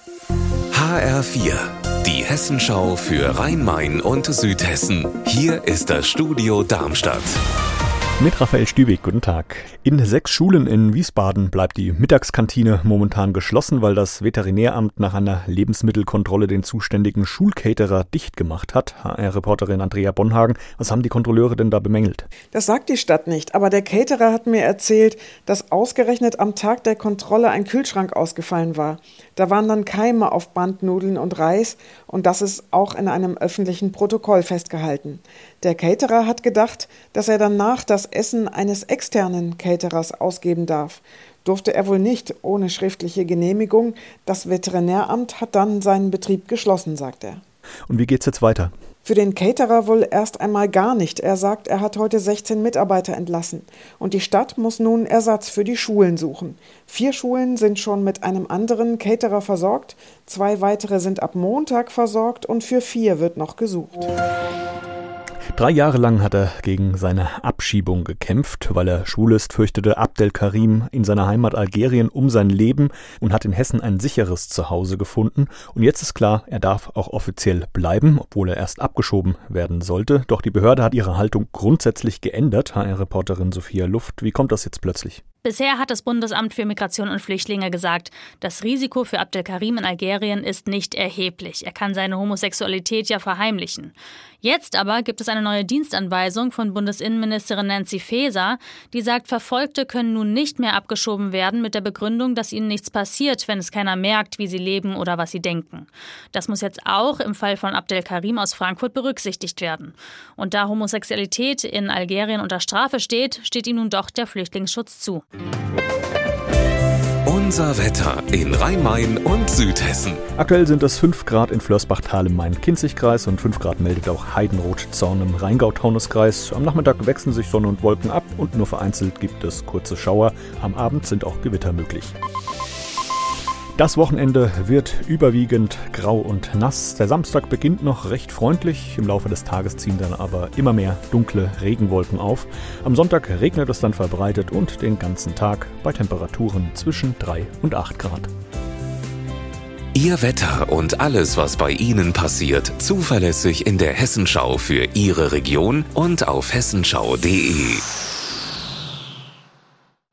HR4, die Hessenschau für Rhein-Main und Südhessen. Hier ist das Studio Darmstadt. Mit Raphael Stübig, guten Tag. In 6 Schulen in Wiesbaden bleibt die Mittagskantine momentan geschlossen, weil das Veterinäramt nach einer Lebensmittelkontrolle den zuständigen Schulcaterer dicht gemacht hat. HR-Reporterin Andrea Bonhagen, was haben die Kontrolleure denn da bemängelt? Das sagt die Stadt nicht, aber der Caterer hat mir erzählt, dass ausgerechnet am Tag der Kontrolle ein Kühlschrank ausgefallen war. Da waren dann Keime auf Bandnudeln und Reis und das ist auch in einem öffentlichen Protokoll festgehalten. Der Caterer hat gedacht, dass er danach das Essen eines externen Caterers ausgeben darf. Durfte er wohl nicht, ohne schriftliche Genehmigung. Das Veterinäramt hat dann seinen Betrieb geschlossen, sagt er. Und wie geht's jetzt weiter? Für den Caterer wohl erst einmal gar nicht. Er sagt, er hat heute 16 Mitarbeiter entlassen. Und die Stadt muss nun Ersatz für die Schulen suchen. 4 Schulen sind schon mit einem anderen Caterer versorgt. 2 weitere sind ab Montag versorgt und für 4 wird noch gesucht. 3 Jahre lang hat er gegen seine Abschiebung gekämpft, weil er schwul ist, fürchtete Abdelkarim in seiner Heimat Algerien um sein Leben und hat in Hessen ein sicheres Zuhause gefunden. Und jetzt ist klar, er darf auch offiziell bleiben, obwohl er erst abgeschoben werden sollte. Doch die Behörde hat ihre Haltung grundsätzlich geändert. HR-Reporterin Sophia Luft, wie kommt das jetzt plötzlich? Bisher hat das Bundesamt für Migration und Flüchtlinge gesagt, das Risiko für Abdelkarim in Algerien ist nicht erheblich. Er kann seine Homosexualität ja verheimlichen. Jetzt aber gibt es eine neue Dienstanweisung von Bundesinnenministerin Nancy Faeser, die sagt, Verfolgte können nun nicht mehr abgeschoben werden mit der Begründung, dass ihnen nichts passiert, wenn es keiner merkt, wie sie leben oder was sie denken. Das muss jetzt auch im Fall von Abdelkarim aus Frankfurt berücksichtigt werden. Und da Homosexualität in Algerien unter Strafe steht, steht ihm nun doch der Flüchtlingsschutz zu. Unser Wetter in Rhein-Main und Südhessen. Aktuell sind es 5 Grad in Flörsbach-Tal im Main-Kinzig-Kreis und 5 Grad meldet auch Heidenroth-Zorn im Rheingau-Taunus-Kreis. Am Nachmittag wechseln sich Sonne und Wolken ab und nur vereinzelt gibt es kurze Schauer. Am Abend sind auch Gewitter möglich. Das Wochenende wird überwiegend grau und nass. Der Samstag beginnt noch recht freundlich. Im Laufe des Tages ziehen dann aber immer mehr dunkle Regenwolken auf. Am Sonntag regnet es dann verbreitet und den ganzen Tag bei Temperaturen zwischen 3 und 8 Grad. Ihr Wetter und alles, was bei Ihnen passiert, zuverlässig in der Hessenschau für Ihre Region und auf hessenschau.de.